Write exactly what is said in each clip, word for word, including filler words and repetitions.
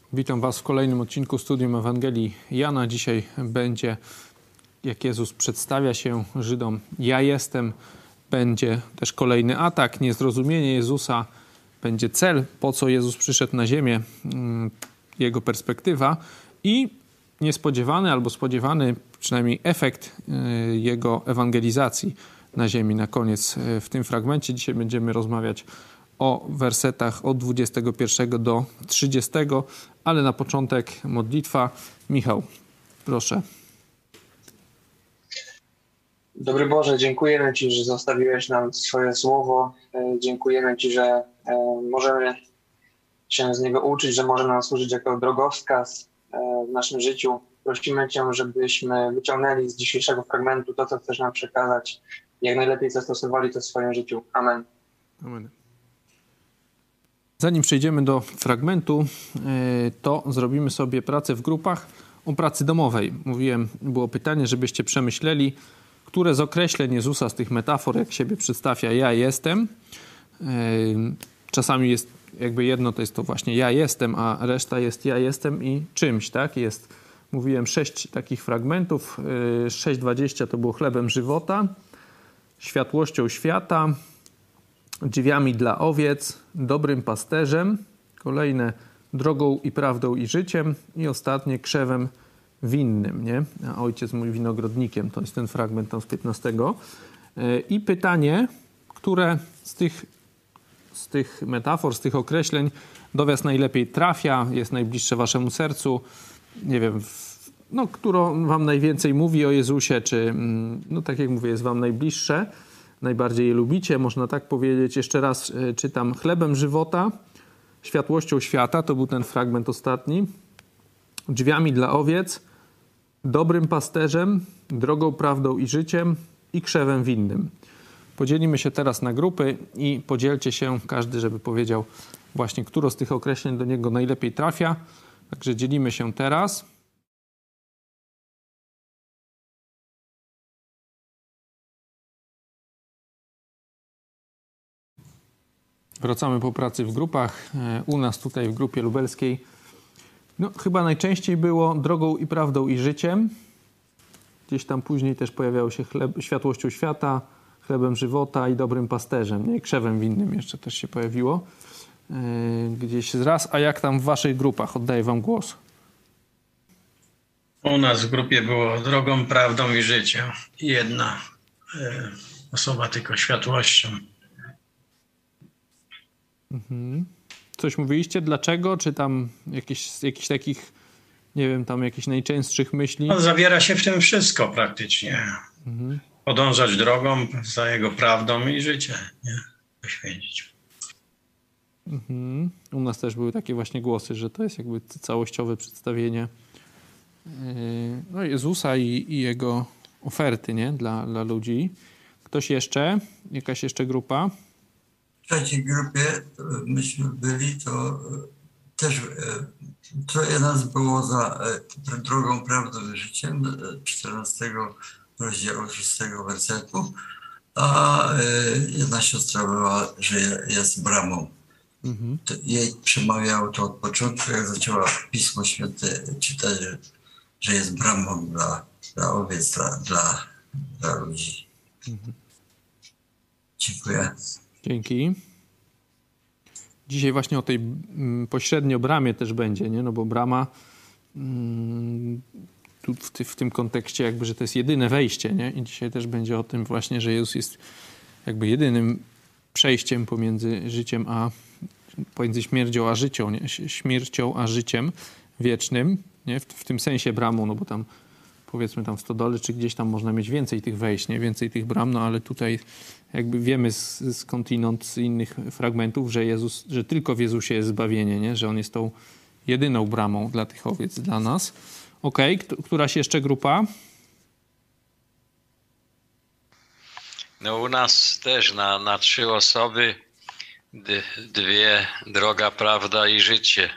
Witam Was w kolejnym odcinku Studium Ewangelii Jana. Dzisiaj będzie, jak Jezus przedstawia się Żydom, ja jestem. Będzie też kolejny atak, niezrozumienie Jezusa. Będzie cel, po co Jezus przyszedł na ziemię, jego perspektywa i niespodziewany albo spodziewany przynajmniej efekt jego ewangelizacji na ziemi. Na koniec w tym fragmencie dzisiaj będziemy rozmawiać o wersetach od dwudziestego pierwszego do trzydziestego, ale na początek modlitwa. Michał, proszę. Dobry Boże, dziękujemy Ci, że zostawiłeś nam swoje słowo. Dziękujemy Ci, że możemy się z niego uczyć, że może nam służyć jako drogowskaz w naszym życiu. Prosimy Cię, żebyśmy wyciągnęli z dzisiejszego fragmentu to, co chcesz nam przekazać, jak najlepiej zastosowali to w swoim życiu. Amen. Amen. Zanim przejdziemy do fragmentu, to zrobimy sobie pracę w grupach o pracy domowej. Mówiłem, było pytanie, żebyście przemyśleli, które z określeń Jezusa, z tych metafor, jak siebie przedstawia, ja jestem. Czasami jest jakby jedno, to jest to właśnie ja jestem, a reszta jest ja jestem i czymś, tak? Jest, mówiłem, sześć takich fragmentów. sześć dwadzieścia to było chlebem żywota, światłością świata, drzwiami dla owiec, dobrym pasterzem, kolejne drogą i prawdą i życiem i ostatnie krzewem winnym, nie? A ojciec mój winogrodnikiem, to jest ten fragment tam z piętnastego. I pytanie, które z tych, z tych metafor, z tych określeń do Was najlepiej trafia, jest najbliższe Waszemu sercu, nie wiem, no, którą Wam najwięcej mówi o Jezusie, czy, no tak jak mówię, jest Wam najbliższe, najbardziej je lubicie, można tak powiedzieć. Jeszcze raz czytam. Chlebem żywota, światłością świata, to był ten fragment ostatni, drzwiami dla owiec, dobrym pasterzem, drogą, prawdą i życiem i krzewem winnym. Podzielimy się teraz na grupy i podzielcie się, każdy, żeby powiedział właśnie, które z tych określeń do niego najlepiej trafia. Także dzielimy się teraz. Wracamy po pracy w grupach. U nas tutaj w grupie lubelskiej no, chyba najczęściej było drogą i prawdą i życiem. Gdzieś tam później też pojawiało się chleb, światłością świata, chlebem żywota i dobrym pasterzem. Nie? Krzewem winnym jeszcze też się pojawiło. Yy, gdzieś raz. A jak tam w waszych grupach? Oddaję wam głos. U nas w grupie było drogą, prawdą i życiem. Jedna yy, osoba tylko światłością. Mhm. Coś mówiliście? Dlaczego? Czy tam jakieś, jakichś takich, nie wiem, tam jakichś najczęstszych myśli? No, zawiera się w tym wszystko praktycznie. Mhm. Podążać drogą za Jego prawdą i życie, nie? Poświęcić. Mhm. U nas też były takie właśnie głosy, że to jest jakby całościowe przedstawienie yy, no, Jezusa i, i Jego oferty, nie? Dla, dla ludzi. Ktoś jeszcze? Jakaś jeszcze grupa? W trzeciej grupie myśmy byli, to też troje nas było za drogą, prawdą i życiem, czternastego rozdziału szóstego wersetu, a jedna siostra była, że jest bramą. Mhm. Jej przemawiało to od początku, jak zaczęła Pismo Święte czytać, że jest bramą dla, dla owiec, dla, dla, dla ludzi. Mhm. Dziękuję. Dzięki. Dzisiaj właśnie o tej mm, pośrednio bramie też będzie, nie? No bo brama mm, tu w, ty, w tym kontekście jakby, że to jest jedyne wejście, nie? I dzisiaj też będzie o tym właśnie, że Jezus jest jakby jedynym przejściem pomiędzy życiem a pomiędzy śmiercią a życią, nie? Śmiercią a życiem wiecznym, nie? W, w tym sensie bramą, no bo tam powiedzmy tam w stodole, czy gdzieś tam można mieć więcej tych wejść, nie? Więcej tych bram, no ale tutaj jakby wiemy z, skądinąd, z innych fragmentów, że Jezus, że tylko w Jezusie jest zbawienie, nie? Że On jest tą jedyną bramą dla tych owiec, dla nas. Okej, okay. Któraś jeszcze grupa? No u nas też na, na trzy osoby d- dwie, droga, prawda i życie.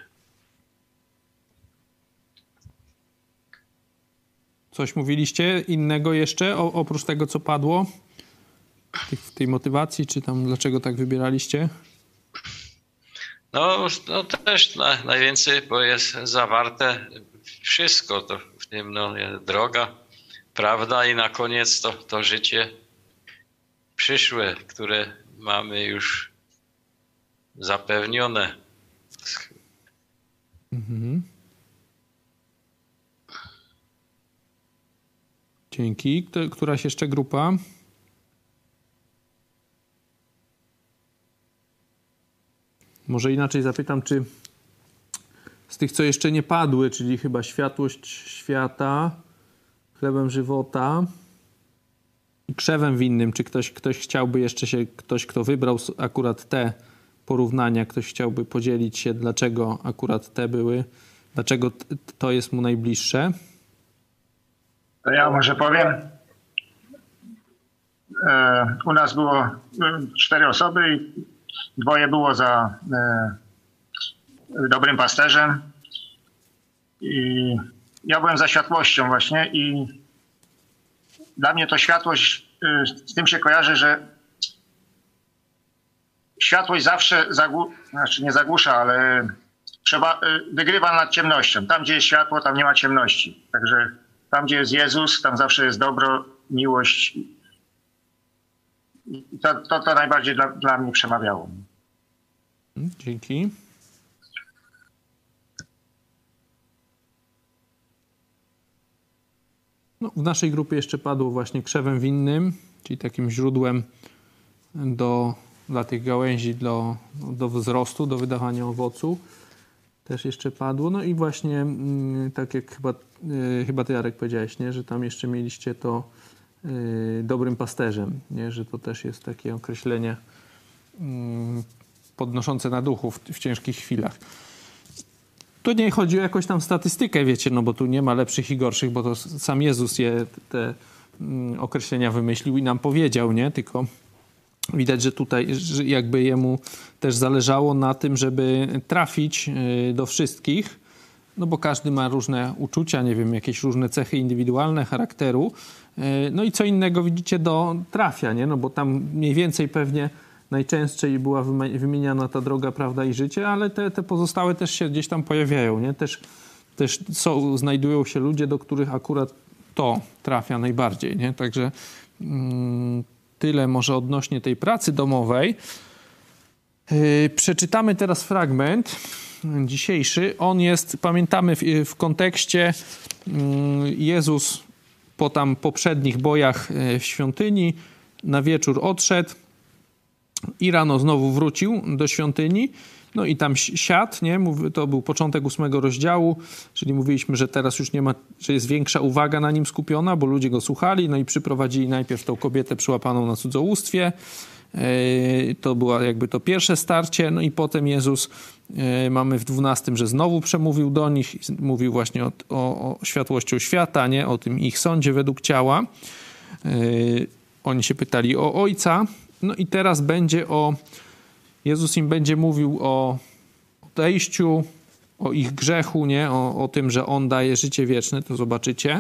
Coś mówiliście innego jeszcze, o, oprócz tego, co padło? W tej motywacji, czy tam dlaczego tak wybieraliście? No, no też na, najwięcej, bo jest zawarte wszystko to w tym, no, droga, prawda i na koniec to, to życie przyszłe, które mamy już zapewnione. Mhm. Dzięki. Kto, któraś jeszcze grupa? Może inaczej zapytam, czy z tych, co jeszcze nie padły, czyli chyba światłość świata, chlebem żywota i krzewem winnym, czy ktoś, ktoś chciałby jeszcze się, ktoś, kto wybrał akurat te porównania, ktoś chciałby podzielić się, dlaczego akurat te były, dlaczego to jest mu najbliższe? To ja może powiem. E, u nas było cztery osoby i dwoje było za e, dobrym pasterzem. I ja byłem za światłością właśnie i dla mnie to światłość e, z tym się kojarzy, że światłość zawsze zagłu- znaczy nie zagłusza, ale trzeba, e, wygrywa nad ciemnością. Tam, gdzie jest światło, tam nie ma ciemności. Także tam, gdzie jest Jezus, tam zawsze jest dobro, miłość. I to, to, to najbardziej dla, dla mnie przemawiało. Dzięki. No, w naszej grupie jeszcze padło właśnie krzewem winnym, czyli takim źródłem do, dla tych gałęzi, do, do wzrostu, do wydawania owocu. Też jeszcze padło. No i właśnie mm, tak jak chyba, y, chyba ty, Jarek, powiedziałeś, nie? Że tam jeszcze mieliście to y, dobrym pasterzem, nie? Że to też jest takie określenie y, podnoszące na duchu w, w ciężkich chwilach. Tu nie chodzi o jakąś tam statystykę, wiecie, no bo tu nie ma lepszych i gorszych, bo to sam Jezus je te y, określenia wymyślił i nam powiedział, nie? Tylko widać, że tutaj że jakby jemu też zależało na tym, żeby trafić do wszystkich, no bo każdy ma różne uczucia, nie wiem, jakieś różne cechy indywidualne, charakteru. No i co innego widzicie do trafia, nie? No bo tam mniej więcej pewnie najczęściej była wymieniana ta droga, prawda i życie, ale te, te pozostałe też się gdzieś tam pojawiają, nie? Też, też są, znajdują się ludzie, do których akurat to trafia najbardziej, nie? Także mm, tyle może odnośnie tej pracy domowej. Yy, przeczytamy teraz fragment dzisiejszy. On jest, pamiętamy, w, w kontekście yy, Jezus po tam poprzednich bojach w świątyni na wieczór odszedł i rano znowu wrócił do świątyni. No i tam siadł, nie? To był początek ósmego rozdziału, czyli mówiliśmy, że teraz już nie ma, że jest większa uwaga na nim skupiona, bo ludzie go słuchali, no i przyprowadzili najpierw tą kobietę przyłapaną na cudzołóstwie. To było jakby to pierwsze starcie, no i potem Jezus, mamy w dwunastym, że znowu przemówił do nich, mówił właśnie o, o, o światłością świata, nie? O tym ich sądzie według ciała. Oni się pytali o Ojca, no i teraz będzie o Jezus im będzie mówił o odejściu, o ich grzechu, nie? O, o tym, że On daje życie wieczne, to zobaczycie.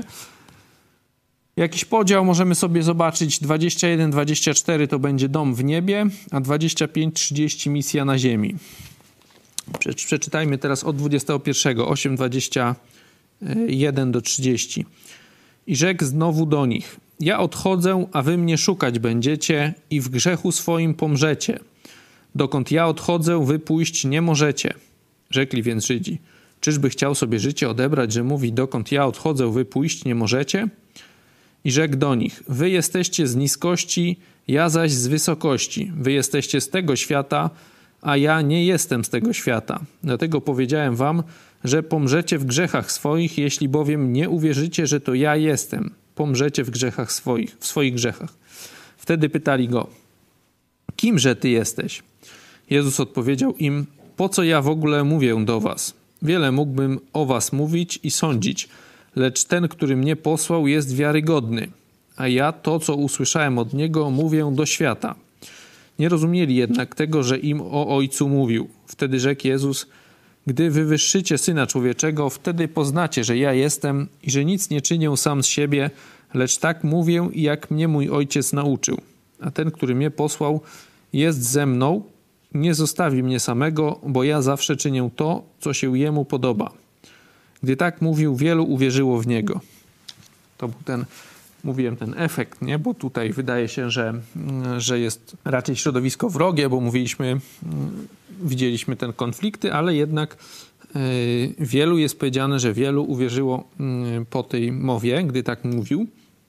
Jakiś podział możemy sobie zobaczyć. dwadzieścia jeden dwadzieścia cztery to będzie dom w niebie, a dwadzieścia pięć trzydzieści misja na ziemi. Przeczytajmy teraz od dwudziestego pierwszego, osiem dwadzieścia jeden do trzydziestu. I rzekł znowu do nich: ja odchodzę, a wy mnie szukać będziecie i w grzechu swoim pomrzecie. Dokąd ja odchodzę, wy pójść nie możecie. Rzekli więc Żydzi: czyżby chciał sobie życie odebrać, że mówi: dokąd ja odchodzę, wy pójść nie możecie? I rzekł do nich: wy jesteście z niskości, ja zaś z wysokości. Wy jesteście z tego świata, a ja nie jestem z tego świata. Dlatego powiedziałem wam, że pomrzecie w grzechach swoich, jeśli bowiem nie uwierzycie, że to ja jestem. Pomrzecie w grzechach swoich, w swoich grzechach. Wtedy pytali go: kimże ty jesteś? Jezus odpowiedział im: po co ja w ogóle mówię do was? Wiele mógłbym o was mówić i sądzić, lecz ten, który mnie posłał, jest wiarygodny, a ja to, co usłyszałem od niego, mówię do świata. Nie rozumieli jednak tego, że im o Ojcu mówił. Wtedy rzekł Jezus: gdy wywyższycie Syna Człowieczego, wtedy poznacie, że ja jestem i że nic nie czynię sam z siebie, lecz tak mówię, jak mnie mój Ojciec nauczył. A ten, który mnie posłał, jest ze mną. nie zostawi mnie samego, bo ja zawsze czynię to, co się Jemu podoba. Gdy tak mówił, wielu uwierzyło w Niego. To był ten, mówiłem, ten efekt, nie? Bo tutaj wydaje się, że, że jest raczej środowisko wrogie, bo mówiliśmy, widzieliśmy ten konflikty, ale jednak y, wielu jest powiedziane, że wielu uwierzyło y, po tej mowie, gdy tak mówił.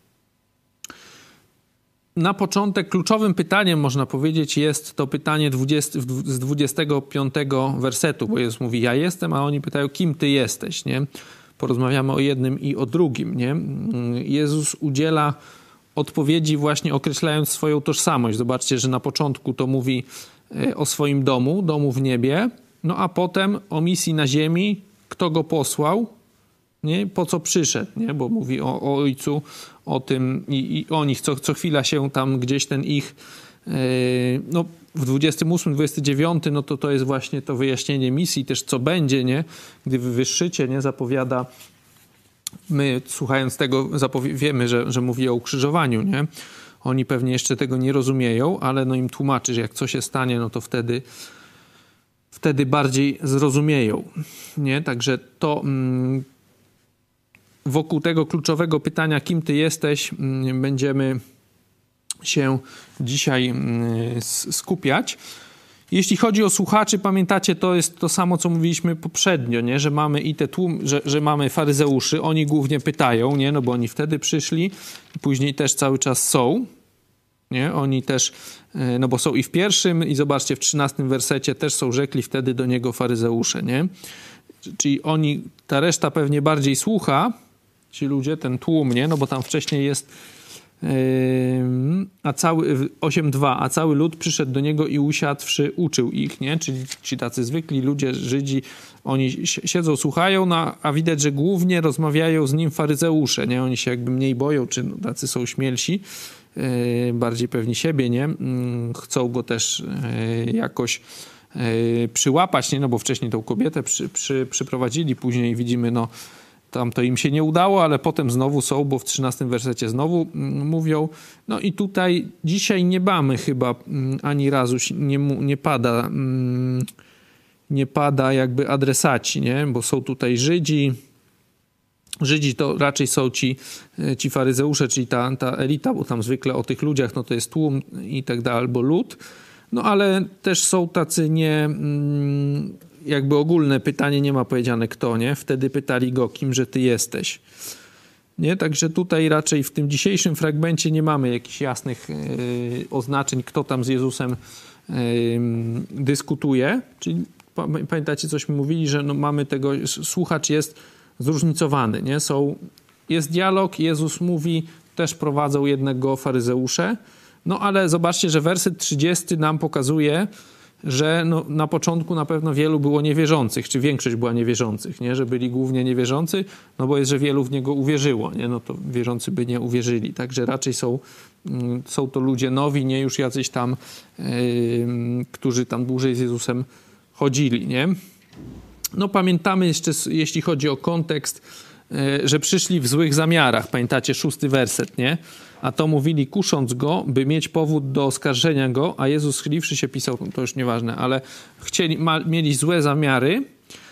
Na początek kluczowym pytaniem, można powiedzieć, jest to pytanie dwudziestego, z dwudziestego piątego wersetu, bo Jezus mówi, ja jestem, a oni pytają, kim Ty jesteś, nie? Porozmawiamy o jednym i o drugim, nie? Jezus udziela odpowiedzi właśnie określając swoją tożsamość. Zobaczcie, że na początku to mówi o swoim domu, domu w niebie, no a potem o misji na ziemi, kto Go posłał, nie? Po co przyszedł, nie? Bo mówi o, o Ojcu, o tym i, i o nich, co, co chwila się tam gdzieś ten ich, yy, no w dwudziestym ósmym, dwudziestym dziewiątym, no to to jest właśnie to wyjaśnienie misji, też co będzie, nie? Gdy wywyższycie, nie? Zapowiada, my słuchając tego zapowie- wiemy, że, że mówi o ukrzyżowaniu, nie? Oni pewnie jeszcze tego nie rozumieją, ale no im tłumaczy, że jak coś się stanie, no to wtedy wtedy bardziej zrozumieją, nie? Także to mm, wokół tego kluczowego pytania, kim Ty jesteś, będziemy się dzisiaj skupiać. Jeśli chodzi o słuchaczy, pamiętacie, to jest to samo, co mówiliśmy poprzednio, nie? Że mamy i te tłum, że, że mamy faryzeuszy, oni głównie pytają, nie? No bo oni wtedy przyszli, później też cały czas są, nie? Oni też, no bo są i w pierwszym, i zobaczcie, w trzynastym wersecie też są rzekli wtedy do niego faryzeusze, nie? Czyli oni, ta reszta pewnie bardziej słucha, ci ludzie, ten tłum, nie? No bo tam wcześniej jest yy, a cały, osiem dwa, a cały lud przyszedł do niego i usiadłszy uczył ich, nie? Czyli ci tacy zwykli ludzie, Żydzi, oni siedzą, słuchają, no, a widać, że głównie rozmawiają z nim faryzeusze, nie? Oni się jakby mniej boją, czy no, tacy są śmielsi, yy, bardziej pewni siebie, nie? Yy, chcą go też yy, jakoś yy, przyłapać, nie? No bo wcześniej tą kobietę przy, przy, przyprowadzili, później widzimy, no tam to im się nie udało, ale potem znowu są, bo w trzynastym wersecie znowu mówią. No i tutaj dzisiaj nie mamy chyba ani razu, nie, nie pada nie pada jakby adresaci, nie? Bo są tutaj Żydzi. Żydzi to raczej są ci, ci faryzeusze, czyli ta, ta elita, bo tam zwykle o tych ludziach no to jest tłum i tak dalej, albo lud. No ale też są tacy nie... jakby ogólne pytanie, nie ma powiedziane kto, nie? Wtedy pytali go, kimże ty jesteś. Nie? Także tutaj raczej w tym dzisiejszym fragmencie nie mamy jakichś jasnych yy, oznaczeń, kto tam z Jezusem yy, dyskutuje. Czyli pamiętacie, cośmy mówili, że no mamy tego, słuchacz jest zróżnicowany, nie? Są, jest dialog, Jezus mówi, też prowadzą jednego faryzeusze. No ale zobaczcie, że werset trzydziesty nam pokazuje, że no, na początku na pewno wielu było niewierzących, czy większość była niewierzących, nie? Że byli głównie niewierzący, no bo jest, że wielu w Niego uwierzyło, nie? No to wierzący by nie uwierzyli. Także raczej są, są to ludzie nowi, nie już jacyś tam, yy, którzy tam dłużej z Jezusem chodzili, nie? No pamiętamy jeszcze, jeśli chodzi o kontekst, yy, że przyszli w złych zamiarach. Pamiętacie szósty werset, nie? A to mówili, kusząc go, by mieć powód do oskarżenia go, a Jezus schyliwszy się pisał, to już nieważne, ale chcieli, ma, mieli złe zamiary.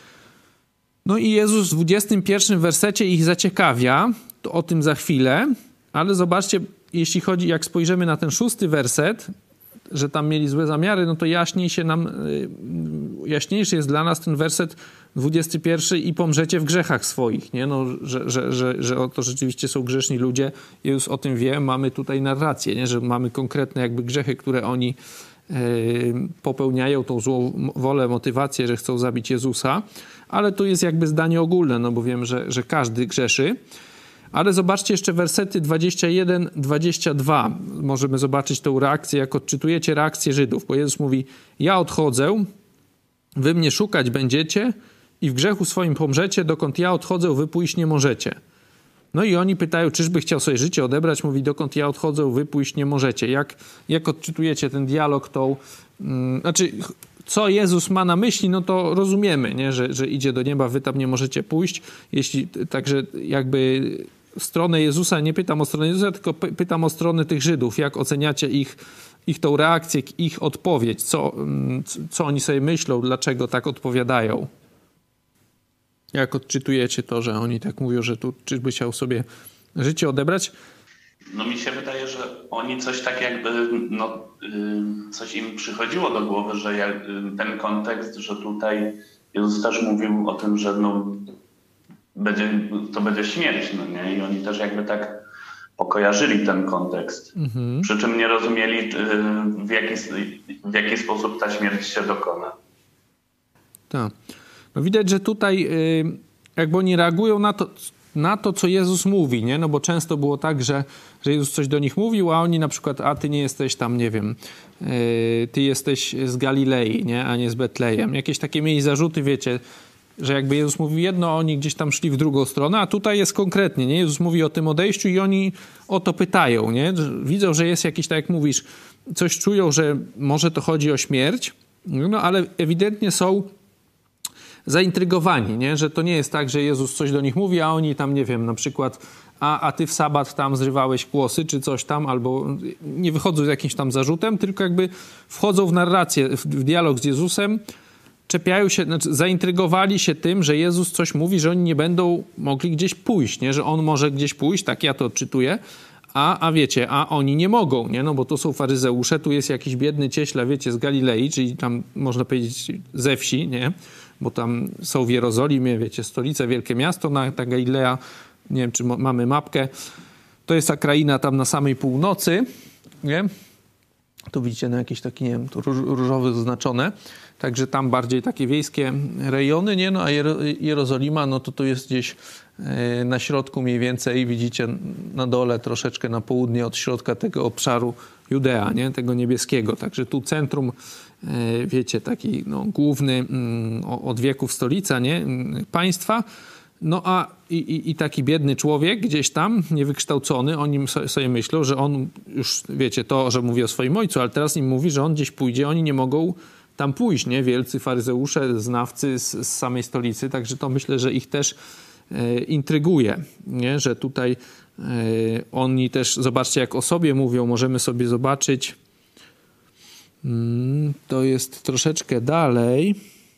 No i Jezus w dwudziestym pierwszym wersecie ich zaciekawia, to o tym za chwilę, ale zobaczcie, jeśli chodzi, jak spojrzymy na ten szósty werset, że tam mieli złe zamiary, no to jaśniej się nam, jaśniejszy jest dla nas ten werset dwudziesty pierwszy i pomrzecie w grzechach swoich, nie? No, że, że, że, że to rzeczywiście są grzeszni ludzie. Jezus o tym wie, mamy tutaj narrację, nie? Że mamy konkretne jakby grzechy, które oni yy, popełniają, tą złą wolę, motywację, że chcą zabić Jezusa, ale tu jest jakby zdanie ogólne, no bo wiem, że, że każdy grzeszy. Ale zobaczcie jeszcze wersety dwadzieścia jeden dwadzieścia dwa. Możemy zobaczyć tę reakcję, jak odczytujecie reakcję Żydów. Bo Jezus mówi, ja odchodzę, wy mnie szukać będziecie i w grzechu swoim pomrzecie, dokąd ja odchodzę, wy pójść nie możecie. No i oni pytają, czyżby chciał sobie życie odebrać? Mówi, dokąd ja odchodzę, wy pójść nie możecie. Jak, jak odczytujecie ten dialog, tą... Yy, znaczy... Co Jezus ma na myśli, no to rozumiemy, nie? Że, że idzie do nieba, wy tam nie możecie pójść. Jeśli, także jakby stronę Jezusa, nie pytam o stronę Jezusa, tylko py, pytam o stronę tych Żydów. Jak oceniacie ich, ich tą reakcję, ich odpowiedź? Co, co oni sobie myślą? Dlaczego tak odpowiadają? Jak odczytujecie to, że oni tak mówią, że tu czyżby chciał sobie życie odebrać? No mi się wydaje, że oni coś tak jakby, no, coś im przychodziło do głowy, że jak, ten kontekst, że tutaj Jezus też mówił o tym, że no, będzie, to będzie śmierć, no nie? I oni też jakby tak pokojarzyli ten kontekst. Mhm. Przy czym nie rozumieli, w jaki, w jaki sposób ta śmierć się dokona. Tak. No widać, że tutaj jakby oni reagują na to, na to, co Jezus mówi, nie? No bo często było tak, że, że Jezus coś do nich mówił, a oni na przykład, a ty nie jesteś tam, nie wiem, yy, ty jesteś z Galilei, nie? A nie z Betlejem. Jakieś takie mieli zarzuty, wiecie, że jakby Jezus mówił jedno, a oni gdzieś tam szli w drugą stronę, a tutaj jest konkretnie, nie? Jezus mówi o tym odejściu i oni o to pytają, nie? Widzą, że jest jakiś, tak jak mówisz, coś czują, że może to chodzi o śmierć, no ale ewidentnie są zaintrygowani, nie? Że to nie jest tak, że Jezus coś do nich mówi, a oni tam, nie wiem, na przykład a, a ty w sabat tam zrywałeś kłosy, czy coś tam, albo nie wychodzą z jakimś tam zarzutem, tylko jakby wchodzą w narrację, w, w dialog z Jezusem, czepiają się, znaczy zaintrygowali się tym, że Jezus coś mówi, że oni nie będą mogli gdzieś pójść, nie? Że on może gdzieś pójść, tak ja to odczytuję, a, a wiecie, a oni nie mogą, nie? No bo to są faryzeusze, tu jest jakiś biedny cieśla, wiecie, z Galilei, czyli tam można powiedzieć ze wsi, nie? Bo tam są w Jerozolimie, wiecie, stolice, wielkie miasto, na ta Galilea, nie wiem, czy mamy mapkę, to jest ta kraina tam na samej północy, nie? Tu widzicie na jakieś takie, nie wiem, tu róż, różowe zaznaczone, także tam bardziej takie wiejskie rejony, nie? No a Jerozolima, no to tu jest gdzieś na środku mniej więcej, widzicie na dole troszeczkę na południe od środka tego obszaru Judea, nie? Tego niebieskiego, także tu centrum, wiecie, taki no, główny od wieków stolica, nie? Państwa, no a i, i, i taki biedny człowiek gdzieś tam, niewykształcony, oni sobie myślą, że on już, wiecie, to, że mówi o swoim ojcu, ale teraz im mówi, że on gdzieś pójdzie, oni nie mogą tam pójść, nie? Wielcy faryzeusze, znawcy z, z samej stolicy, także to myślę, że ich też e, intryguje, nie? Że tutaj e, oni też, zobaczcie, jak o sobie mówią, możemy sobie zobaczyć, mm, to jest troszeczkę dalej,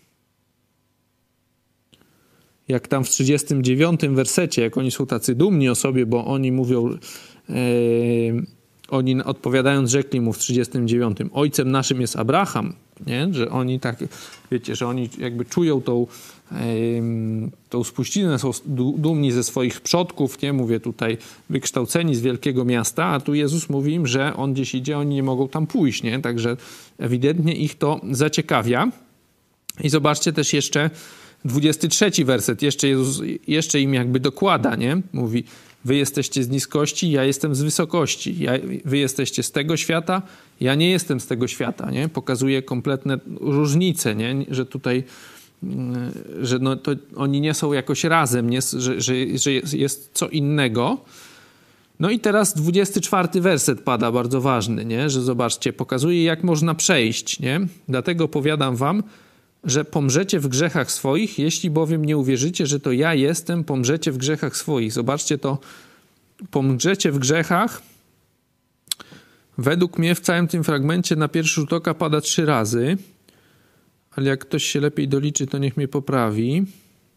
jak tam w trzydziestym dziewiątym wersecie, jak oni są tacy dumni o sobie, bo oni mówią, e, oni odpowiadając rzekli mu w trzydziestym dziewiątym, ojcem naszym jest Abraham, nie? Że oni tak, wiecie, że oni jakby czują tą, e, tą spuściznę, są dumni ze swoich przodków, nie? Mówię tutaj, wykształceni z wielkiego miasta, a tu Jezus mówi im, że on gdzieś idzie, oni nie mogą tam pójść, nie? Także ewidentnie ich to zaciekawia. I zobaczcie też jeszcze dwudziesty trzeci werset, jeszcze Jezus jeszcze im jakby dokłada, nie? Mówi, wy jesteście z niskości, ja jestem z wysokości. Ja, wy jesteście z tego świata, ja nie jestem z tego świata, nie? Pokazuje kompletne różnice, nie? Że tutaj, że no to oni nie są jakoś razem, nie? Że, że, że jest co innego. No i teraz dwudziesty czwarty werset pada, bardzo ważny, nie? Że zobaczcie, pokazuje, jak można przejść, nie? Dlatego powiadam wam, że pomrzecie w grzechach swoich, jeśli bowiem nie uwierzycie, że to ja jestem, pomrzecie w grzechach swoich. Zobaczcie to, pomrzecie w grzechach. Według mnie w całym tym fragmencie na pierwszy rzut oka pada trzy razy, ale jak ktoś się lepiej doliczy, to niech mnie poprawi.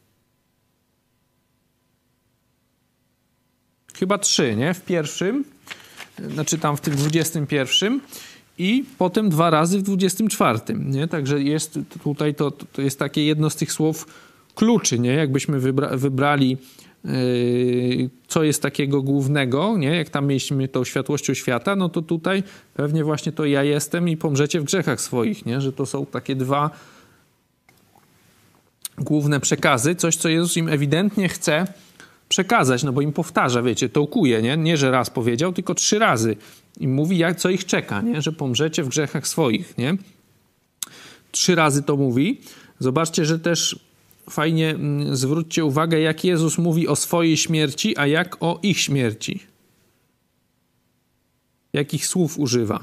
Chyba trzy, nie? W pierwszym, znaczy tam w tym dwudziestym pierwszym. I potem dwa razy w dwudziestym czwartym, nie? Także jest tutaj, to, to jest takie jedno z tych słów kluczy, nie? Jakbyśmy wybra- wybrali yy, co jest takiego głównego, nie? Jak tam mieliśmy tą światłością świata, no to tutaj pewnie właśnie to ja jestem i pomrzecie w grzechach swoich, nie? Że to są takie dwa główne przekazy, coś, co Jezus im ewidentnie chce przekazać, no bo im powtarza, wiecie, tołkuje, nie? Nie, że raz powiedział, tylko trzy razy. I mówi, jak, co ich czeka, nie? Że pomrzecie w grzechach swoich, nie? Trzy razy to mówi. Zobaczcie, że też fajnie mm, zwróćcie uwagę, jak Jezus mówi o swojej śmierci, a jak o ich śmierci. Jakich słów używa.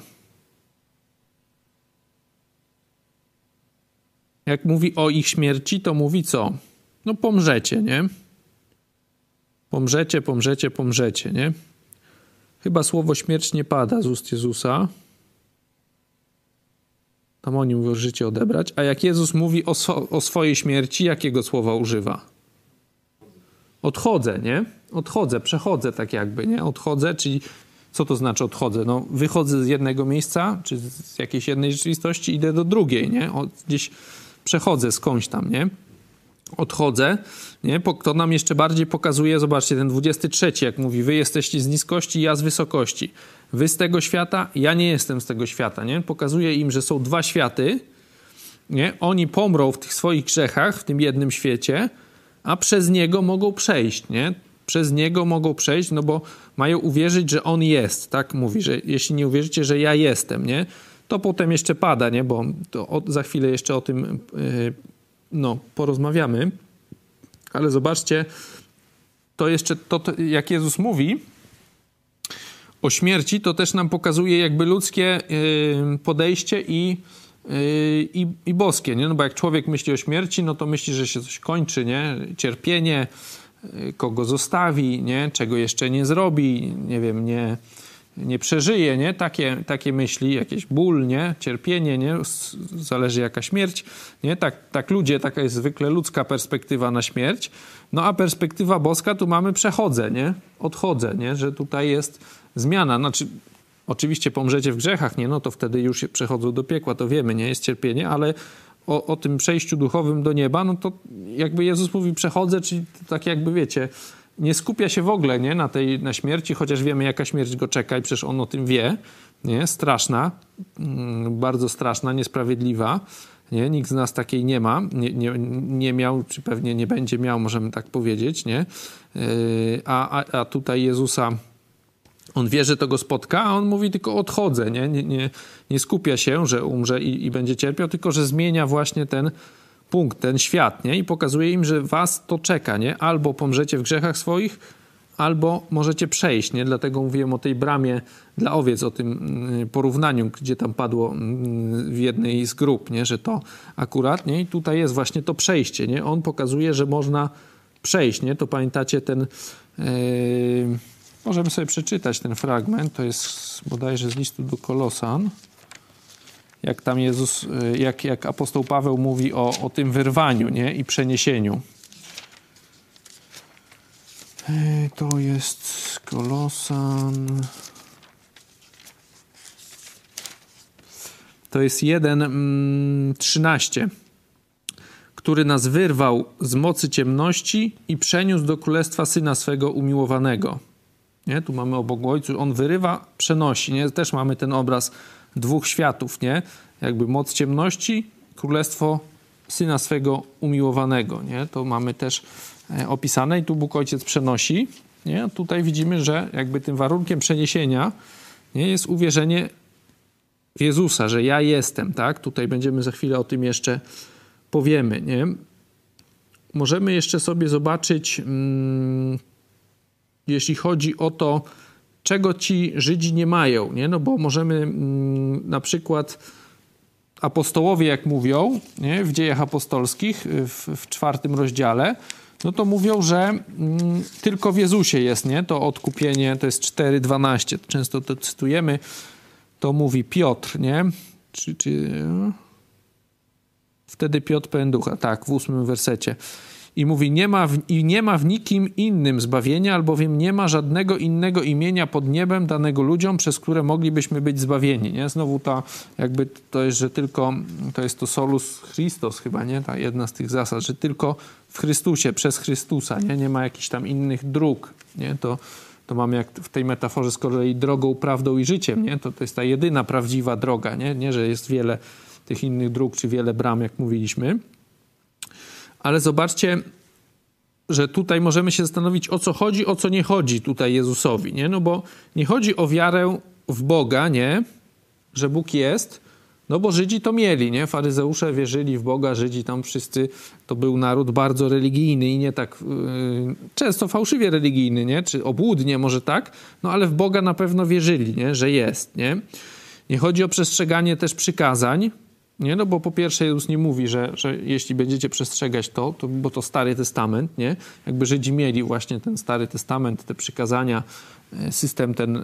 Jak mówi o ich śmierci, to mówi co? No pomrzecie, nie? Pomrzecie, pomrzecie, pomrzecie, nie? Chyba słowo śmierć nie pada z ust Jezusa. Tam oni mówią, życie odebrać. A jak Jezus mówi o, swo- o swojej śmierci, jakiego słowa używa? Odchodzę, nie? Odchodzę, przechodzę tak jakby, nie? Odchodzę, czyli co to znaczy odchodzę? No, wychodzę z jednego miejsca, czy z jakiejś jednej rzeczywistości, idę do drugiej, nie? O, gdzieś przechodzę skądś tam, nie? Odchodzę, nie? To nam jeszcze bardziej pokazuje, zobaczcie, ten dwudziesty trzeci, jak mówi, wy jesteście z niskości, ja z wysokości. Wy z tego świata, ja nie jestem z tego świata, nie? Pokazuje im, że są dwa światy, nie? Oni pomrą w tych swoich grzechach, w tym jednym świecie, a przez niego mogą przejść, nie? Przez niego mogą przejść, no bo mają uwierzyć, że on jest, tak? Mówi, że jeśli nie uwierzycie, że ja jestem, nie? To potem jeszcze pada, nie? Bo to o, za chwilę jeszcze o tym yy, no, porozmawiamy. Ale zobaczcie, to jeszcze, to, to, jak Jezus mówi o śmierci, to też nam pokazuje jakby ludzkie yy, podejście i, yy, i, i boskie, nie? No bo jak człowiek myśli o śmierci, no to myśli, że się coś kończy, nie? Cierpienie, kogo zostawi, nie? Czego jeszcze nie zrobi, nie wiem, nie, nie przeżyje, nie? Takie, takie myśli, jakieś ból, nie? Cierpienie, nie? Zależy jaka śmierć, nie? Tak, tak ludzie, taka jest zwykle ludzka perspektywa na śmierć. No a perspektywa boska tu mamy przechodzę, nie? Odchodzę, nie? Że tutaj jest zmiana. Znaczy, oczywiście pomrzecie w grzechach, nie? No to wtedy już przechodzą do piekła, to wiemy, nie? Jest cierpienie, ale O, o tym przejściu duchowym do nieba, no to jakby Jezus mówi przechodzę, czyli tak jakby wiecie, nie skupia się w ogóle, nie, na tej, na śmierci, chociaż wiemy jaka śmierć go czeka i przecież on o tym wie, nie, straszna, mm, bardzo straszna, niesprawiedliwa, nie, nikt z nas takiej nie ma, nie, nie, nie miał, czy pewnie nie będzie miał, możemy tak powiedzieć, nie, yy, a, a, a tutaj Jezusa on wie, że to go spotka, a on mówi tylko odchodzę, nie, nie, nie, nie skupia się, że umrze i, i będzie cierpiał, tylko że zmienia właśnie ten punkt, ten świat, nie? I pokazuje im, że was to czeka, nie? Albo pomrzecie w grzechach swoich, albo możecie przejść, nie? Dlatego mówiłem o tej bramie dla owiec, o tym porównaniu, gdzie tam padło w jednej z grup, nie? Że to akurat, nie? I tutaj jest właśnie to przejście, nie? On pokazuje, że można przejść, nie? To pamiętacie ten... Yy... Możemy sobie przeczytać ten fragment, to jest bodajże z listu do Kolosan, jak tam Jezus, jak, jak apostoł Paweł mówi o, o tym wyrwaniu, nie? I przeniesieniu. To jest Kolosan. To jest jeden trzynaście, który nas wyrwał z mocy ciemności i przeniósł do królestwa Syna swego umiłowanego. Nie? Tu mamy o Bogu Ojcu. On wyrywa, przenosi. Nie? Też mamy ten obraz dwóch światów. Nie? Jakby moc ciemności, królestwo Syna swego umiłowanego. Nie? To mamy też e, opisane i tu Bóg Ojciec przenosi. Nie? Tutaj widzimy, że jakby tym warunkiem przeniesienia nie? Jest uwierzenie w Jezusa, że ja jestem. Tak? Tutaj będziemy za chwilę o tym jeszcze powiemy. Nie? Możemy jeszcze sobie zobaczyć... Mm, jeśli chodzi o to, czego ci Żydzi nie mają, nie? No bo możemy mm, na przykład apostołowie, jak mówią, nie? W Dziejach Apostolskich, w, w czwartym rozdziale, no to mówią, że mm, tylko w Jezusie jest, nie? To odkupienie, to jest cztery dwanaście, często to cytujemy, to mówi Piotr, nie? Czy, czy... Wtedy Piotr pełen ducha, tak, w ósmym wersecie. I mówi, nie ma w, i nie ma w nikim innym zbawienia, albowiem nie ma żadnego innego imienia pod niebem danego ludziom, przez które moglibyśmy być zbawieni. Nie? Znowu ta, jakby to jest, że tylko, to jest to solus Christos chyba, nie? Ta jedna z tych zasad, że tylko w Chrystusie, przez Chrystusa, nie? Nie ma jakichś tam innych dróg, nie? To, to mamy jak w tej metaforze z kolei drogą, prawdą i życiem, nie? To, to jest ta jedyna prawdziwa droga, nie? Nie, że jest wiele tych innych dróg, czy wiele bram, jak mówiliśmy. Ale zobaczcie, że tutaj możemy się zastanowić, o co chodzi, o co nie chodzi tutaj Jezusowi, nie? No bo nie chodzi o wiarę w Boga, nie? Że Bóg jest, no bo Żydzi to mieli, nie? Faryzeusze wierzyli w Boga, Żydzi tam wszyscy, to był naród bardzo religijny i nie tak, yy, często fałszywie religijny, nie? Czy obłudnie może tak, no ale w Boga na pewno wierzyli, nie? Że jest, nie? Nie chodzi o przestrzeganie też przykazań, Nie? No bo po pierwsze Jezus nie mówi, że, że jeśli będziecie przestrzegać to, to, bo to Stary Testament, nie? Jakby Żydzi mieli właśnie ten Stary Testament, te przykazania, system ten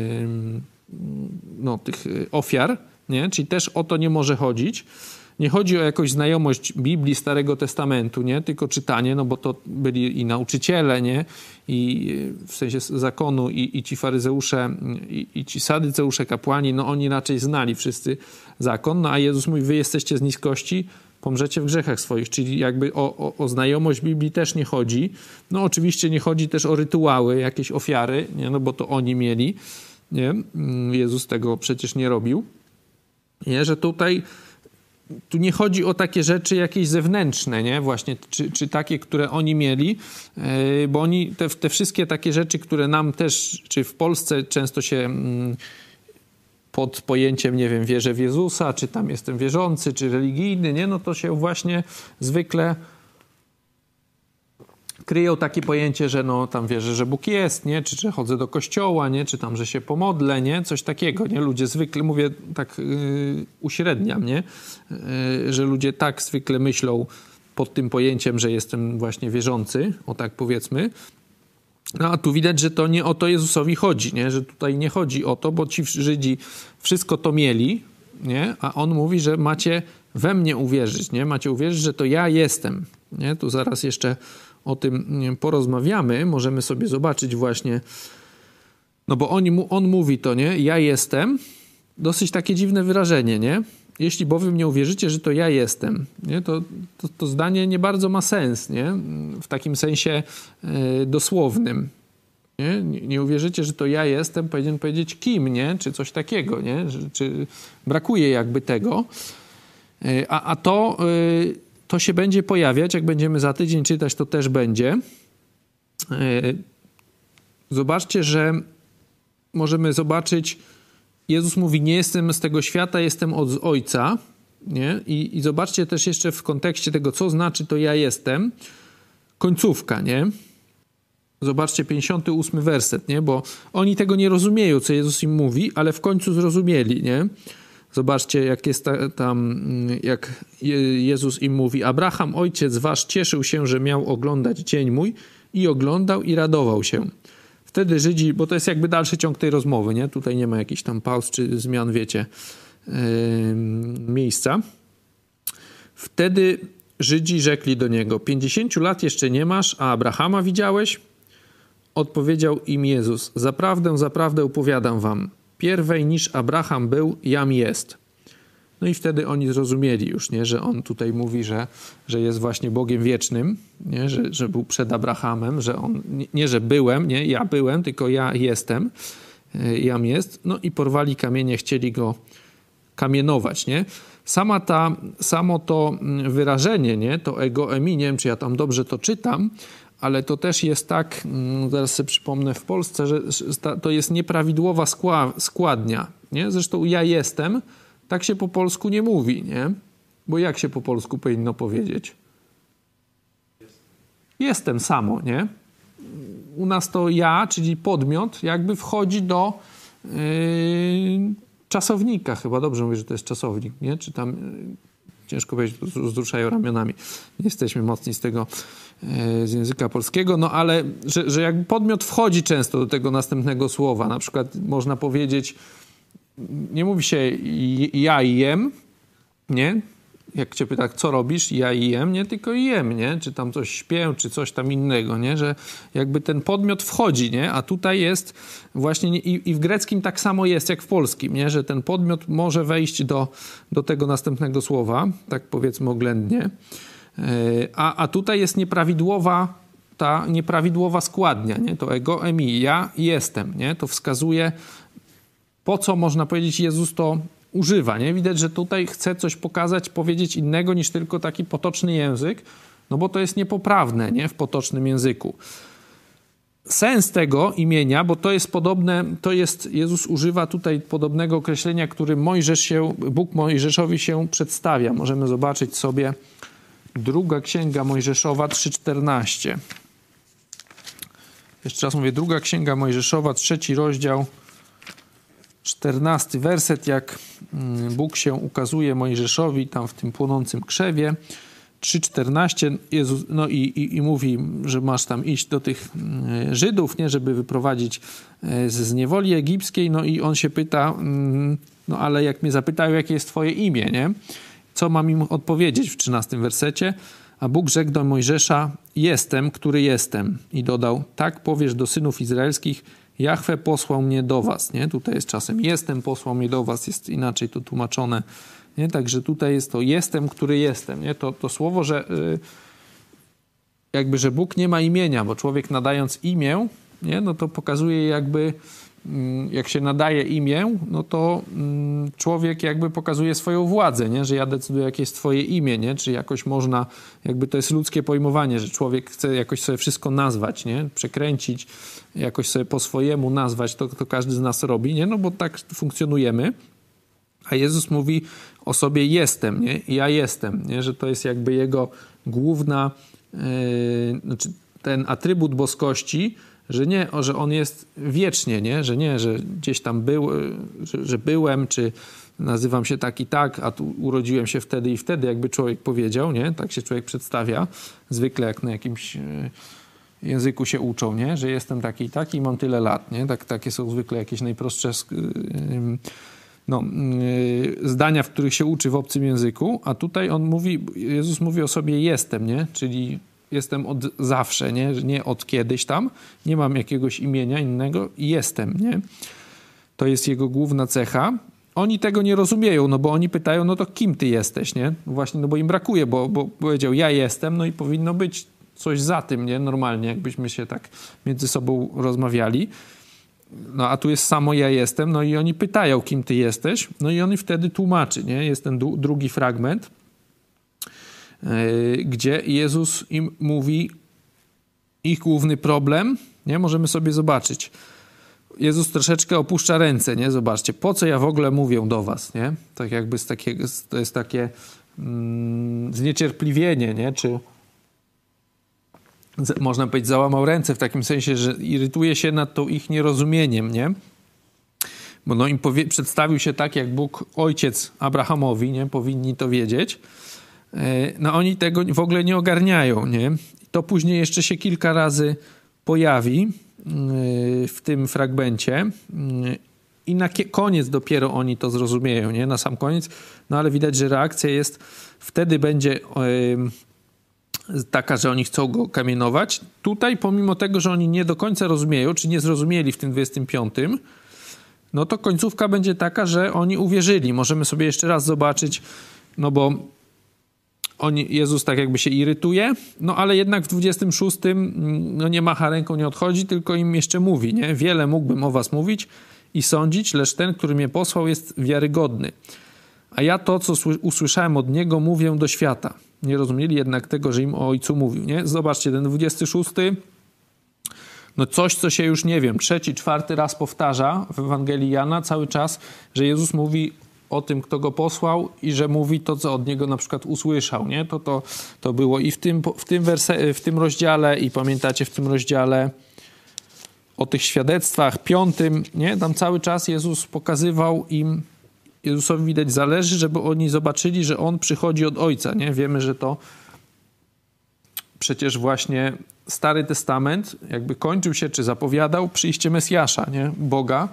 no, tych ofiar, nie? Czyli też o to nie może chodzić. Nie chodzi o jakąś znajomość Biblii, Starego Testamentu, nie? Tylko czytanie, no bo to byli i nauczyciele, nie? I w sensie zakonu, i, i ci faryzeusze, i, i ci sadyceusze, kapłani, no oni raczej znali wszyscy zakon, no a Jezus mówi, wy jesteście z niskości, pomrzecie w grzechach swoich, czyli jakby o, o, o znajomość Biblii też nie chodzi. No oczywiście nie chodzi też o rytuały, jakieś ofiary, nie? No bo to oni mieli, nie? Jezus tego przecież nie robił. Nie? Że tutaj tu nie chodzi o takie rzeczy jakieś zewnętrzne, nie? Właśnie, czy, czy takie, które oni mieli, yy, bo oni, te, te wszystkie takie rzeczy, które nam też, czy w Polsce często się yy, pod pojęciem, nie wiem, wierzę w Jezusa, czy tam jestem wierzący, czy religijny, nie? No to się właśnie zwykle kryją takie pojęcie, że no tam wierzę, że Bóg jest, nie? Czy że chodzę do kościoła, nie? Czy tam, że się pomodlę, nie? Coś takiego, nie? Ludzie zwykle, mówię tak yy, uśredniam, nie? Yy, że ludzie tak zwykle myślą pod tym pojęciem, że jestem właśnie wierzący, o tak powiedzmy. No a tu widać, że to nie o to Jezusowi chodzi, nie? Że tutaj nie chodzi o to, bo ci Żydzi wszystko to mieli, nie? A on mówi, że macie we mnie uwierzyć, nie? Macie uwierzyć, że to ja jestem, nie? Tu zaraz jeszcze o tym porozmawiamy, możemy sobie zobaczyć właśnie, no bo on, on mówi to, nie? Ja jestem, dosyć takie dziwne wyrażenie, nie? Jeśli bowiem nie uwierzycie, że to ja jestem, nie? To, to, to zdanie nie bardzo ma sens, nie? W takim sensie yy, dosłownym. Nie? Nie, nie uwierzycie, że to ja jestem, powinien powiedzieć kim, nie? Czy coś takiego, nie? Że, czy brakuje jakby tego. Yy, a, a to... Yy, To się będzie pojawiać, jak będziemy za tydzień czytać, to też będzie. Zobaczcie, że możemy zobaczyć, Jezus mówi, nie jestem z tego świata, jestem od Ojca. Nie? I, i zobaczcie też jeszcze w kontekście tego, co znaczy to ja jestem, końcówka, nie? Zobaczcie pięćdziesiąty ósmy werset, nie? Bo oni tego nie rozumieją, co Jezus im mówi, ale w końcu zrozumieli, nie? Zobaczcie, jak jest ta, tam, jak Jezus im mówi, Abraham, ojciec wasz, cieszył się, że miał oglądać dzień mój i oglądał i radował się. Wtedy Żydzi, bo to jest jakby dalszy ciąg tej rozmowy, nie? Tutaj nie ma jakichś tam pauz czy zmian, wiecie, yy, miejsca. Wtedy Żydzi rzekli do niego, pięćdziesięciu lat jeszcze nie masz, a Abrahama widziałeś? Odpowiedział im Jezus, zaprawdę, zaprawdę opowiadam wam, pierwej niż Abraham był, jam jest. No i wtedy oni zrozumieli już, nie? Że on tutaj mówi, że, że jest właśnie Bogiem wiecznym, nie? Że, że był przed Abrahamem, że on, nie, nie że byłem, nie? Ja byłem, tylko ja jestem, jam jest. No i porwali kamienie, chcieli go kamienować, nie? Sama ta, samo to wyrażenie, nie? To ego emi, nie wiem, czy ja tam dobrze to czytam, ale to też jest tak, zaraz sobie przypomnę w Polsce, że to jest nieprawidłowa składnia, nie? Zresztą ja jestem, tak się po polsku nie mówi, nie? Bo jak się po polsku powinno powiedzieć? Jestem samo, nie? U nas to ja, czyli podmiot, jakby wchodzi do yy, czasownika, chyba dobrze mówię, że to jest czasownik, nie? Czy tam, yy, ciężko powiedzieć, wzruszają ramionami. Nie jesteśmy mocni z tego, z języka polskiego, no ale że, że jakby podmiot wchodzi często do tego następnego słowa. Na przykład można powiedzieć, nie mówi się ja jem, nie? Jak cię pyta, co robisz? Ja jem, nie? Tylko jem, nie? Czy tam coś śpię, czy coś tam innego, nie? Że jakby ten podmiot wchodzi, nie? A tutaj jest właśnie, i, i w greckim tak samo jest, jak w polskim, nie? Że ten podmiot może wejść do, do tego następnego słowa, tak powiedzmy oględnie. A, a tutaj jest nieprawidłowa, ta nieprawidłowa składnia, nie? To ego emi, ja jestem, nie? To wskazuje, po co można powiedzieć Jezus to używa, nie? Widać, że tutaj chce coś pokazać, powiedzieć innego niż tylko taki potoczny język, no bo to jest niepoprawne, nie? W potocznym języku. Sens tego imienia, bo to jest podobne, to jest, Jezus używa tutaj podobnego określenia, którym Mojżesz się, Bóg Mojżeszowi się przedstawia. Możemy zobaczyć sobie druga Księga Mojżeszowa trzy czternaście. Jeszcze raz mówię, druga Księga Mojżeszowa, trzeci rozdział, czternasty werset, jak Bóg się ukazuje Mojżeszowi tam w tym płonącym krzewie. trzy czternaście Jezus, no i, i, i mówi, że masz tam iść do tych Żydów, nie, żeby wyprowadzić z niewoli egipskiej. No i on się pyta, no ale jak mnie zapytają, jakie jest twoje imię, nie? Co mam im odpowiedzieć w trzynastym wersecie? A Bóg rzekł do Mojżesza, jestem, który jestem. I dodał, tak powiesz do synów izraelskich, Jahwe posłał mnie do was. Nie? Tutaj jest czasem jestem, posłał mnie do was, jest inaczej to tłumaczone. Nie? Także tutaj jest to jestem, który jestem. Nie? To, to słowo, że yy, jakby, że Bóg nie ma imienia, bo człowiek nadając imię, nie? No to pokazuje jakby, yy, jak się nadaje imię, no to yy, człowiek jakby pokazuje swoją władzę, nie? Że ja decyduję, jakie jest twoje imię, nie? Czy jakoś można, jakby to jest ludzkie pojmowanie, że człowiek chce jakoś sobie wszystko nazwać, nie? Przekręcić, jakoś sobie po swojemu nazwać, to, to każdy z nas robi, nie? No bo tak funkcjonujemy. A Jezus mówi o sobie jestem, nie? Ja jestem, nie? Że to jest jakby jego główna, yy, znaczy ten atrybut boskości, że nie, że on jest wiecznie, nie? Że nie, że gdzieś tam był, że, że byłem, czy nazywam się tak i tak, a tu urodziłem się wtedy i wtedy, jakby człowiek powiedział, nie? Tak się człowiek przedstawia, zwykle jak na jakimś języku się uczą, nie? Że jestem taki i taki i mam tyle lat, nie? Tak, takie są zwykle jakieś najprostsze no, zdania, w których się uczy w obcym języku, a tutaj on mówi, Jezus mówi o sobie jestem, nie? Czyli jestem od zawsze, nie? Nie od kiedyś tam, nie mam jakiegoś imienia innego, jestem, nie? To jest jego główna cecha. Oni tego nie rozumieją, no bo oni pytają, no to kim ty jesteś, nie? Właśnie, no bo im brakuje, bo, bo powiedział ja jestem, no i powinno być coś za tym, nie? Normalnie, jakbyśmy się tak między sobą rozmawiali. No a tu jest samo ja jestem, no i oni pytają, kim ty jesteś, no i on wtedy tłumaczy, nie? Jest ten du- drugi fragment, yy, gdzie Jezus im mówi ich główny problem, nie? Możemy sobie zobaczyć. Jezus troszeczkę opuszcza ręce, nie? Zobaczcie, po co ja w ogóle mówię do was, nie? Tak jakby z takiego, to jest takie mm, zniecierpliwienie, nie? Czy można powiedzieć, załamał ręce w takim sensie, że irytuje się nad tą ich nierozumieniem, nie? Bo no im powie- przedstawił się tak, jak Bóg Ojciec Abrahamowi, nie? Powinni to wiedzieć. No oni tego w ogóle nie ogarniają, nie? To później jeszcze się kilka razy pojawi w tym fragmencie i na koniec dopiero oni to zrozumieją, nie? Na sam koniec. No ale widać, że reakcja jest, wtedy będzie taka, że oni chcą go kamienować. Tutaj, pomimo tego, że oni nie do końca rozumieją, czy nie zrozumieli w tym dwudziestym piątym, no to końcówka będzie taka, że oni uwierzyli. Możemy sobie jeszcze raz zobaczyć, no bo oni, Jezus tak jakby się irytuje, no ale jednak w dwudziestym szóstym no nie macha ręką, nie odchodzi, tylko im jeszcze mówi, nie? Wiele mógłbym o was mówić i sądzić, lecz ten, który mnie posłał, jest wiarygodny. A ja to, co usłyszałem od niego, mówię do świata. Nie rozumieli jednak tego, że im o Ojcu mówił, nie? Zobaczcie, ten dwudziesty szósty, no coś, co się już, nie wiem, trzeci, czwarty raz powtarza w Ewangelii Jana cały czas, że Jezus mówi o tym, kto go posłał i że mówi to, co od niego na przykład usłyszał, nie? To, to, to było i w tym, w tym, werse, w tym rozdziale, i pamiętacie w tym rozdziale o tych świadectwach piątym, nie? Tam cały czas Jezus pokazywał im, Jezusowi widać zależy, żeby oni zobaczyli, że On przychodzi od Ojca, nie? Wiemy, że to przecież właśnie Stary Testament jakby kończył się, czy zapowiadał przyjście Mesjasza, nie? Boga,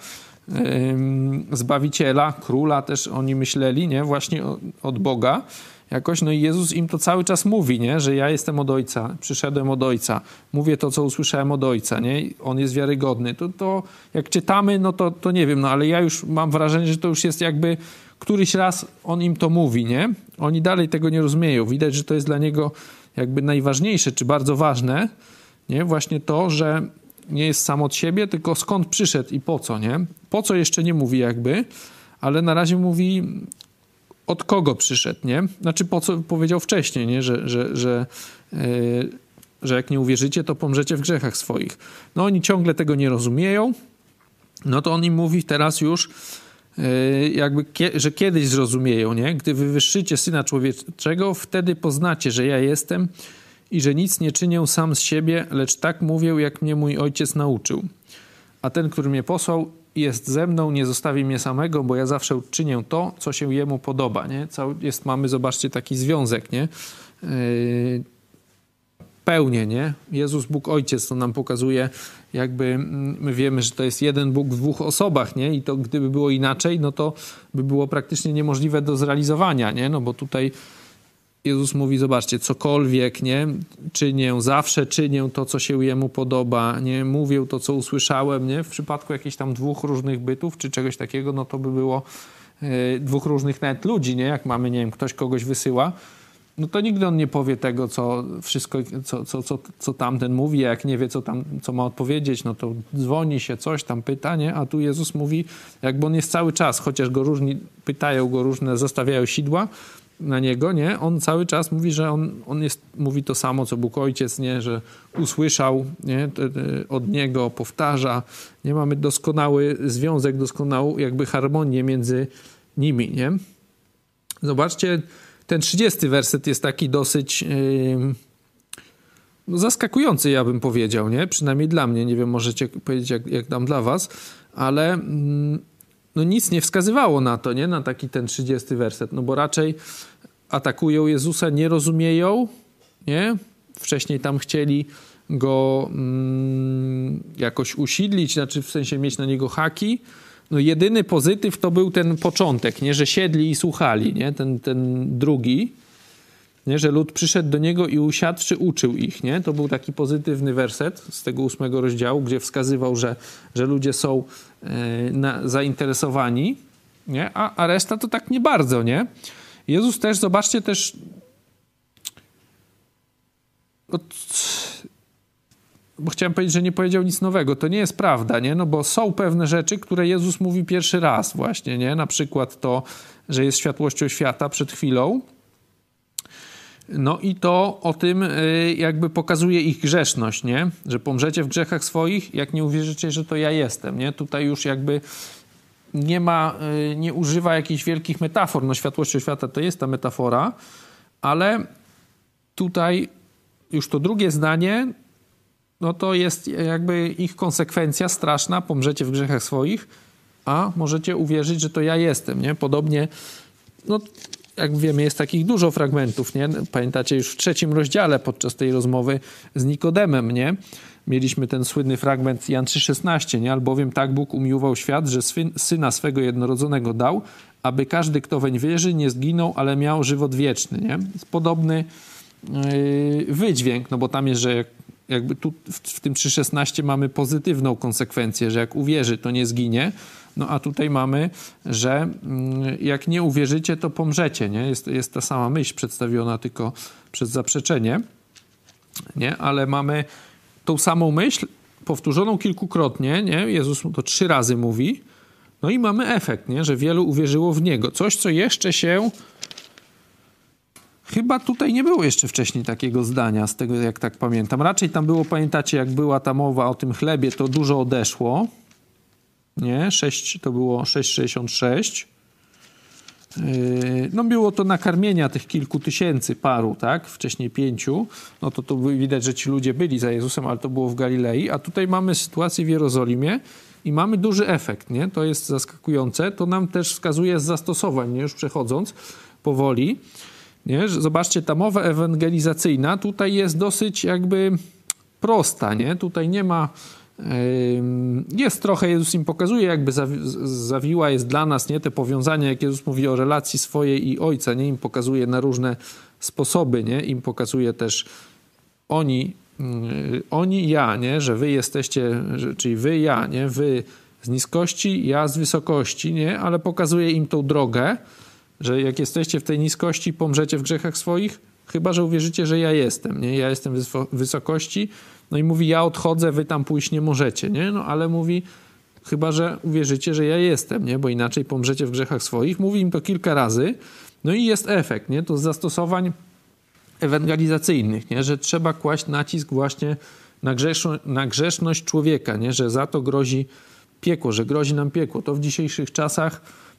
Zbawiciela, Króla też oni myśleli, nie? Właśnie od Boga jakoś. No i Jezus im to cały czas mówi, nie? Że ja jestem od Ojca, przyszedłem od Ojca, mówię to, co usłyszałem od Ojca, nie? On jest wiarygodny. To, to jak czytamy, no to, to nie wiem, no ale ja już mam wrażenie, że to już jest jakby któryś raz on im to mówi, nie? Oni dalej tego nie rozumieją. Widać, że to jest dla niego jakby najważniejsze, czy bardzo ważne, nie? Właśnie to, że nie jest sam od siebie, tylko skąd przyszedł i po co, nie? Po co jeszcze nie mówi jakby, ale na razie mówi od kogo przyszedł, nie? Znaczy po co powiedział wcześniej, nie? Że, że, że, yy, że jak nie uwierzycie, to pomrzecie w grzechach swoich. No oni ciągle tego nie rozumieją, no to on im mówi teraz już yy, jakby, kie- że kiedyś zrozumieją, nie? Gdy wywyższycie Syna Człowieczego, wtedy poznacie, że ja jestem i że nic nie czynię sam z siebie, lecz tak mówię, jak mnie mój Ojciec nauczył. a ten, który mnie posłał, jest ze mną, nie zostawi mnie samego, bo ja zawsze uczynię to, co się jemu podoba, nie? Cały jest, mamy, zobaczcie, taki związek, nie? Yy, pełnię, nie? Jezus, Bóg Ojciec, to nam pokazuje, jakby my wiemy, że to jest jeden Bóg w dwóch osobach, nie? I to gdyby było inaczej, no to by było praktycznie niemożliwe do zrealizowania, nie? No bo tutaj Jezus mówi, zobaczcie, cokolwiek, nie? Czynię, zawsze czynię to, co się jemu podoba, nie? Mówię to, co usłyszałem, nie? W przypadku jakichś tam dwóch różnych bytów, czy czegoś takiego, no to by było yy, dwóch różnych nawet ludzi, nie? Jak mamy, nie wiem, ktoś kogoś wysyła, no to nigdy on nie powie tego, co wszystko, co, co, co, co tamten mówi, a jak nie wie, co tam, co ma odpowiedzieć, no to dzwoni się, coś tam pyta, nie? A tu Jezus mówi, jakby on jest cały czas, chociaż go różni, pytają go różne, zostawiają sidła na niego, nie? On cały czas mówi, że on, on jest, mówi to samo, co Bóg Ojciec, nie? Że usłyszał, nie? Od niego, powtarza, nie? Mamy doskonały związek, doskonałą jakby harmonię między nimi, nie? Zobaczcie, ten trzydziesty werset jest taki dosyć yy, no zaskakujący, ja bym powiedział, nie? Przynajmniej dla mnie, nie wiem, możecie powiedzieć jak, jak tam dla was, ale yy, no nic nie wskazywało na to, nie? Na taki ten trzydziesty werset, no bo raczej atakują Jezusa, nie rozumieją, nie? Wcześniej tam chcieli go yy, jakoś usidlić, znaczy w sensie mieć na niego haki. No jedyny pozytyw to był ten początek, nie? Że siedli i słuchali, nie? Ten, ten drugi, nie? Że lud przyszedł do niego i usiadłszy uczył ich, nie? To był taki pozytywny werset z tego ósmego rozdziału, gdzie wskazywał, że, że ludzie są e, na, zainteresowani, nie? A, a reszta to tak nie bardzo, nie? Jezus też, zobaczcie też od... bo chciałem powiedzieć, że nie powiedział nic nowego. To nie jest prawda, nie? No bo są pewne rzeczy, które Jezus mówi pierwszy raz właśnie, nie? Na przykład to, że jest światłością świata przed chwilą. No i to o tym jakby pokazuje ich grzeszność, nie? Że pomrzecie w grzechach swoich, jak nie uwierzycie, że to ja jestem, nie? Tutaj już jakby nie ma, nie używa jakichś wielkich metafor. No światłością świata to jest ta metafora, ale tutaj już to drugie zdanie, no to jest jakby ich konsekwencja straszna, pomrzecie w grzechach swoich, a możecie uwierzyć, że to ja jestem, nie? Podobnie, no jak wiemy, jest takich dużo fragmentów, nie? Pamiętacie już w trzecim rozdziale podczas tej rozmowy z Nikodemem, nie? Mieliśmy ten słynny fragment Jan trzy szesnaście, nie? Albowiem tak Bóg umiłował świat, że swyn, Syna swego jednorodzonego dał, aby każdy, kto weń wierzy, nie zginął, ale miał żywot wieczny, nie? Jest podobny yy, wydźwięk, no bo tam jest, że jak jakby tu w, w tym trzy szesnaście mamy pozytywną konsekwencję, że jak uwierzy, to nie zginie. No a tutaj mamy, że jak nie uwierzycie, to pomrzecie, nie? Jest, jest ta sama myśl przedstawiona tylko przez zaprzeczenie, nie? Ale mamy tą samą myśl powtórzoną kilkukrotnie, nie? Jezus to trzy razy mówi. No i mamy efekt, nie? Że wielu uwierzyło w Niego. Coś, co jeszcze się... Chyba tutaj nie było jeszcze wcześniej takiego zdania, z tego jak tak pamiętam. Raczej tam było, pamiętacie, jak była ta mowa o tym chlebie, to dużo odeszło. Nie? sześć, to było sześć sześćdziesiąt sześć. Yy, no było to nakarmienia tych kilku tysięcy paru, tak? Wcześniej pięciu. No to to widać, że ci ludzie byli za Jezusem, ale to było w Galilei. A tutaj mamy sytuację w Jerozolimie i mamy duży efekt, nie? To jest zaskakujące. To nam też wskazuje z zastosowań, nie? Już przechodząc powoli. Nie? Zobaczcie, ta mowa ewangelizacyjna tutaj jest dosyć jakby prosta, nie? Tutaj nie ma... Yy, jest trochę, Jezus im pokazuje, jakby zawi- zawiła jest dla nas, nie? Te powiązania, jak Jezus mówi o relacji swojej i Ojca, nie? Im pokazuje na różne sposoby, nie? Im pokazuje też oni, yy, oni, ja, nie? Że wy jesteście, że, czyli wy, ja, nie? Wy z niskości, ja z wysokości, nie? Ale pokazuje im tą drogę, że jak jesteście w tej niskości, pomrzecie w grzechach swoich, chyba że uwierzycie, że ja jestem, nie? Ja jestem w wysokości, no i mówi, ja odchodzę, wy tam pójść nie możecie, nie? No ale mówi, chyba że uwierzycie, że ja jestem, nie? Bo inaczej pomrzecie w grzechach swoich. Mówi im to kilka razy, no i jest efekt, nie? To z zastosowań ewangelizacyjnych, nie? Że trzeba kłaść nacisk właśnie na, grzeszno, na grzeszność człowieka, nie? Że za to grozi piekło, że grozi nam piekło. To w dzisiejszych czasach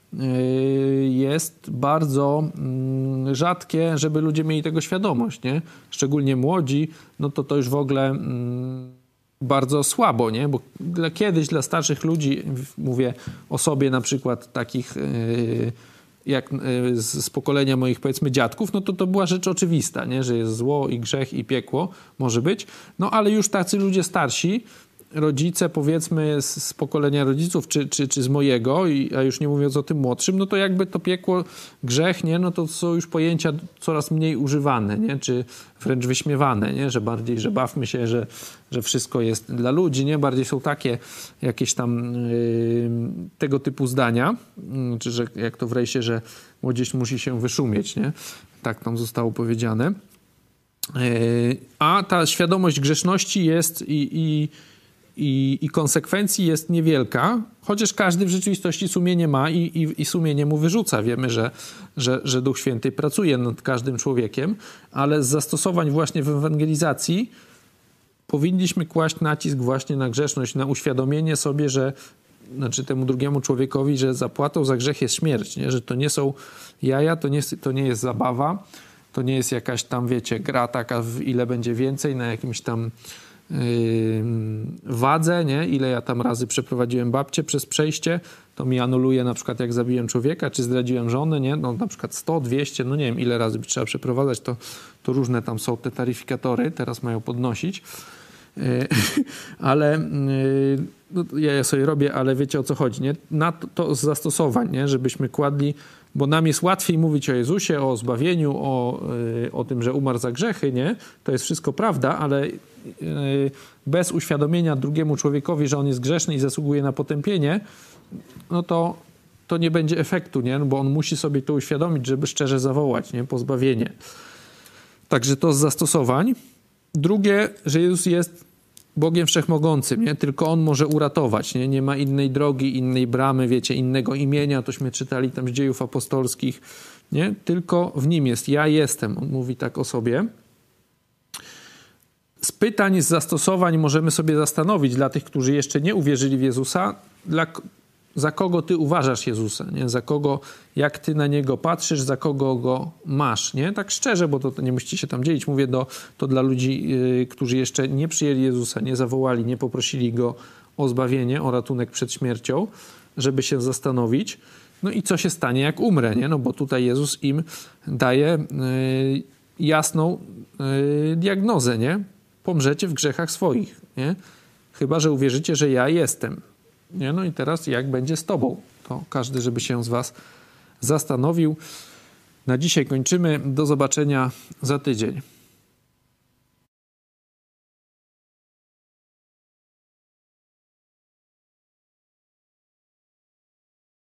jest bardzo rzadkie, żeby ludzie mieli tego świadomość, nie? Szczególnie młodzi, no to to już w ogóle bardzo słabo, nie? Bo dla, kiedyś dla starszych ludzi, mówię o sobie na przykład takich yy, jak yy, z, z pokolenia moich, powiedzmy, dziadków, no to to była rzecz oczywista, nie? Że jest zło i grzech i piekło może być, no ale już tacy ludzie starsi, rodzice, powiedzmy z, z pokolenia rodziców, czy, czy, czy z mojego, i, a już nie mówiąc o tym młodszym, no to jakby to piekło, grzech, nie? No to są już pojęcia coraz mniej używane, nie? Czy wręcz wyśmiewane, nie? Że bardziej, że bawmy się, że, że wszystko jest dla ludzi, nie? Bardziej są takie jakieś tam yy, tego typu zdania, yy, czy że jak to w rejsie, że młodzież musi się wyszumieć, nie? Tak tam zostało powiedziane. Yy, a ta świadomość grzeszności jest i, i I, i konsekwencji jest niewielka, chociaż każdy w rzeczywistości sumienie ma i, i, i sumienie mu wyrzuca. Wiemy, że, że, że Duch Święty pracuje nad każdym człowiekiem, ale z zastosowań właśnie w ewangelizacji powinniśmy kłaść nacisk właśnie na grzeszność, na uświadomienie sobie, że znaczy temu drugiemu człowiekowi, że zapłatą za grzech jest śmierć, nie? Że to nie są jaja, to nie, to nie jest zabawa, to nie jest jakaś tam, wiecie, gra taka, w ile będzie więcej na jakimś tam wadze, nie? Ile ja tam razy przeprowadziłem babcię przez przejście, to mi anuluje na przykład jak zabiłem człowieka, czy zdradziłem żonę, nie? No na przykład sto, dwieście, no nie wiem ile razy trzeba przeprowadzać, to, to różne tam są te taryfikatory, teraz mają podnosić. Ale no, ja je sobie robię, ale wiecie o co chodzi, nie? Na to, to z zastosowań, nie? Żebyśmy kładli, bo nam jest łatwiej mówić o Jezusie, o zbawieniu, o, o tym, że umarł za grzechy, nie? To jest wszystko prawda, ale bez uświadomienia drugiemu człowiekowi, że on jest grzeszny i zasługuje na potępienie, no to, to nie będzie efektu, nie? No bo on musi sobie to uświadomić, żeby szczerze zawołać, nie? Pozbawienie. Także to z zastosowań. Drugie, że Jezus jest Bogiem Wszechmogącym, nie? Tylko On może uratować, nie? Nie ma innej drogi, innej bramy, wiecie, innego imienia, tośmy czytali tam z Dziejów Apostolskich, nie? Tylko w Nim jest. Ja jestem. On mówi tak o sobie. Z pytań, z zastosowań możemy sobie zastanowić dla tych, którzy jeszcze nie uwierzyli w Jezusa, dla, za kogo ty uważasz Jezusa, nie? Za kogo, jak ty na Niego patrzysz, za kogo Go masz, nie? Tak szczerze, bo to, to nie musicie się tam dzielić. Mówię do, to dla ludzi, yy, którzy jeszcze nie przyjęli Jezusa, nie zawołali, nie poprosili Go o zbawienie, o ratunek przed śmiercią, żeby się zastanowić. No i co się stanie, jak umrę, nie? No bo tutaj Jezus im daje yy, jasną yy, diagnozę, nie? Pomrzecie w grzechach swoich, nie? Chyba że uwierzycie, że ja jestem. Nie? No i teraz jak będzie z tobą? To każdy, żeby się z was zastanowił. Na dzisiaj kończymy. Do zobaczenia za tydzień.